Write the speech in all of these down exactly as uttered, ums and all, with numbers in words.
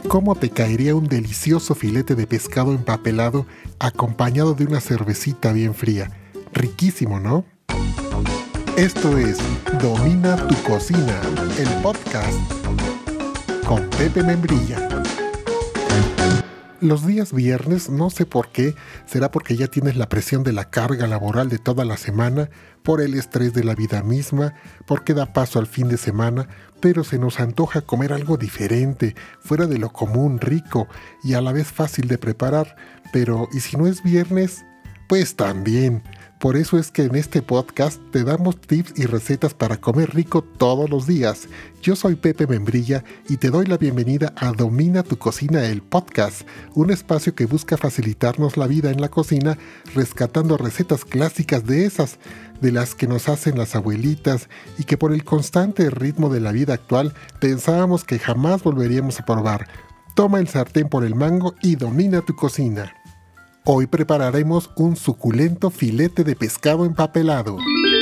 ¿Cómo te caería un delicioso filete de pescado empapelado acompañado de una cervecita bien fría? Riquísimo, ¿no? Esto es Domina tu Cocina, el podcast con Pepe Membrilla. Los días viernes, no sé por qué, será porque ya tienes la presión de la carga laboral de toda la semana, por el estrés de la vida misma, porque da paso al fin de semana, pero se nos antoja comer algo diferente, fuera de lo común, rico y a la vez fácil de preparar. Pero, ¿y si no es viernes? Pues también. Por eso es que en este podcast te damos tips y recetas para comer rico todos los días. Yo soy Pepe Membrilla y te doy la bienvenida a Domina tu Cocina, el podcast, un espacio que busca facilitarnos la vida en la cocina, rescatando recetas clásicas de esas, de las que nos hacen las abuelitas y que por el constante ritmo de la vida actual pensábamos que jamás volveríamos a probar. Toma el sartén por el mango y domina tu cocina. Hoy prepararemos un suculento filete de pescado empapelado.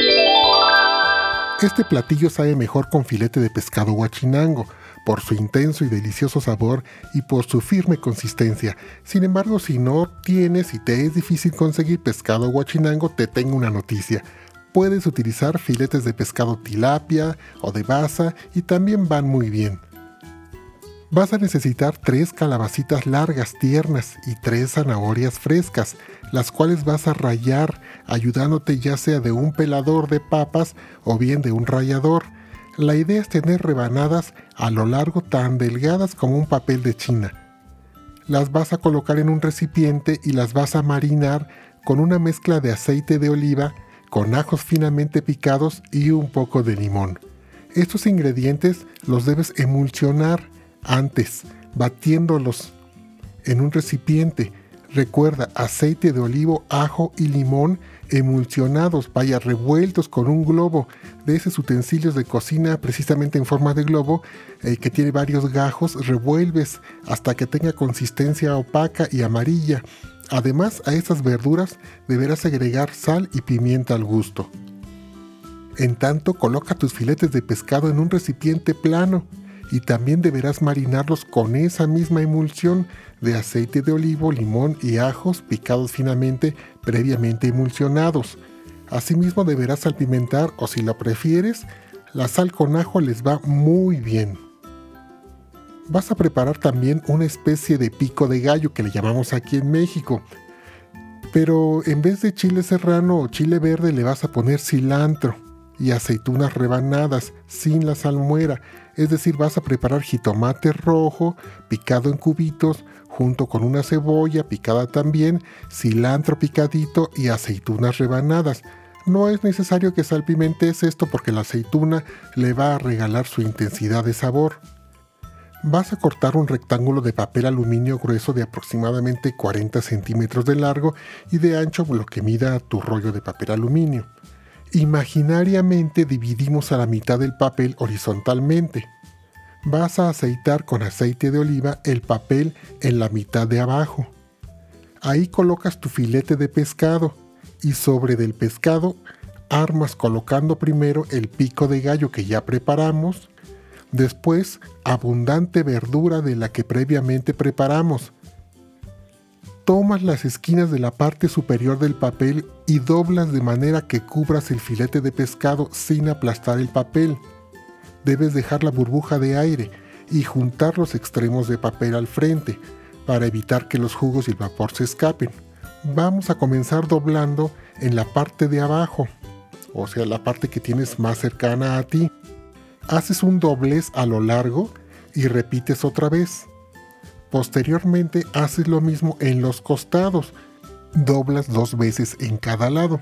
Este platillo sabe mejor con filete de pescado huachinango, por su intenso y delicioso sabor y por su firme consistencia. Sin embargo, si no tienes y te es difícil conseguir pescado huachinango, te tengo una noticia. Puedes utilizar filetes de pescado tilapia o de basa y también van muy bien. Vas a necesitar tres calabacitas largas, tiernas y tres zanahorias frescas, las cuales vas a rallar ayudándote ya sea de un pelador de papas o bien de un rallador. La idea es tener rebanadas a lo largo tan delgadas como un papel de china. Las vas a colocar en un recipiente y las vas a marinar con una mezcla de aceite de oliva, con ajos finamente picados y un poco de limón. Estos ingredientes los debes emulsionar antes, batiéndolos en un recipiente. Recuerda, aceite de olivo, ajo y limón emulsionados, vaya, revueltos con un globo de esos utensilios de cocina precisamente en forma de globo, eh, que tiene varios gajos. Revuelves hasta que tenga consistencia opaca y amarilla. Además, a esas verduras deberás agregar sal y pimienta al gusto. En tanto, coloca tus filetes de pescado en un recipiente plano y también deberás marinarlos con esa misma emulsión de aceite de olivo, limón y ajos picados finamente previamente emulsionados. Asimismo deberás salpimentar, o si lo prefieres, la sal con ajo les va muy bien. Vas a preparar también una especie de pico de gallo que le llamamos aquí en México. Pero en vez de chile serrano o chile verde le vas a poner cilantro y aceitunas rebanadas sin la salmuera. Es decir, vas a preparar jitomate rojo picado en cubitos junto con una cebolla picada también, cilantro picadito y aceitunas rebanadas. No es necesario que salpimentes esto porque la aceituna le va a regalar su intensidad de sabor. Vas a cortar un rectángulo de papel aluminio grueso de aproximadamente cuarenta centímetros de largo y de ancho, lo que mida tu rollo de papel aluminio. Imaginariamente dividimos a la mitad del papel horizontalmente. Vas a aceitar con aceite de oliva el papel en la mitad de abajo. Ahí colocas tu filete de pescado y sobre del pescado armas colocando primero el pico de gallo que ya preparamos, después abundante verdura de la que previamente preparamos. Tomas las esquinas de la parte superior del papel y doblas de manera que cubras el filete de pescado sin aplastar el papel. Debes dejar la burbuja de aire y juntar los extremos de papel al frente para evitar que los jugos y el vapor se escapen. Vamos a comenzar doblando en la parte de abajo, o sea, la parte que tienes más cercana a ti. Haces un doblez a lo largo y repites otra vez. Posteriormente haces lo mismo en los costados, doblas dos veces en cada lado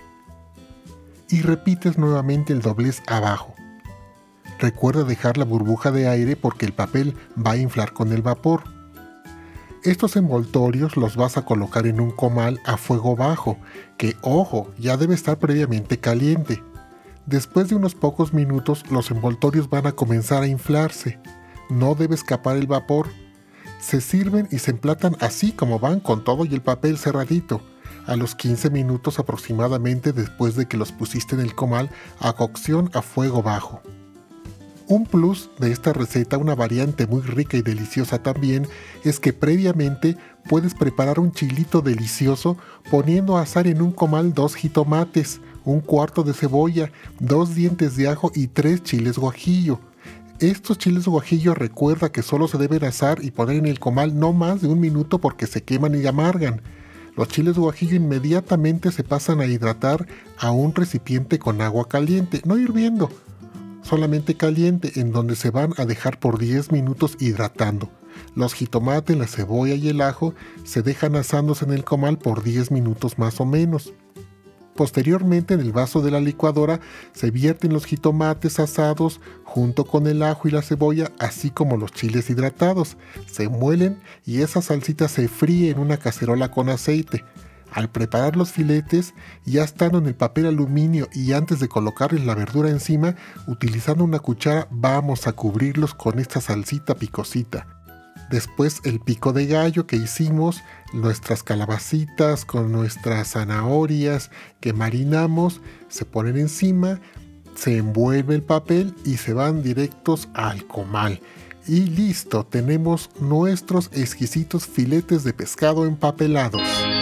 y repites nuevamente el doblez abajo. Recuerda dejar la burbuja de aire porque el papel va a inflar con el vapor. Estos envoltorios los vas a colocar en un comal a fuego bajo, que, ojo, ya debe estar previamente caliente. Después de unos pocos minutos los envoltorios van a comenzar a inflarse. No debe escapar el vapor. Se sirven y se emplatan así como van, con todo y el papel cerradito, a los quince minutos aproximadamente después de que los pusiste en el comal a cocción a fuego bajo. Un plus de esta receta, una variante muy rica y deliciosa también, es que previamente puedes preparar un chilito delicioso poniendo a asar en un comal dos jitomates, un cuarto de cebolla, dos dientes de ajo y tres chiles guajillo. Estos chiles guajillo recuerda que solo se deben asar y poner en el comal no más de un minuto porque se queman y amargan. Los chiles guajillo inmediatamente se pasan a hidratar a un recipiente con agua caliente, no hirviendo, solamente caliente, en donde se van a dejar por diez minutos hidratando. Los jitomates, la cebolla y el ajo se dejan asándose en el comal por diez minutos más o menos. Posteriormente, en el vaso de la licuadora se vierten los jitomates asados junto con el ajo y la cebolla, así como los chiles hidratados. Se muelen y esa salsita se fríe en una cacerola con aceite. Al preparar los filetes, ya estando en el papel aluminio y antes de colocarles la verdura encima, utilizando una cuchara vamos a cubrirlos con esta salsita picosita. Después el pico de gallo que hicimos, nuestras calabacitas con nuestras zanahorias que marinamos, se ponen encima, se envuelve el papel y se van directos al comal. Y listo, tenemos nuestros exquisitos filetes de pescado empapelados.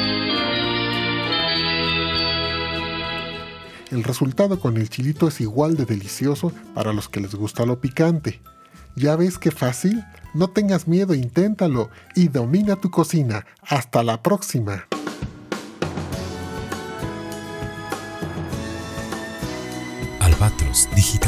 El resultado con el chilito es igual de delicioso para los que les gusta lo picante. ¿Ya ves qué fácil? No tengas miedo, inténtalo y domina tu cocina. ¡Hasta la próxima! Albatros Digital.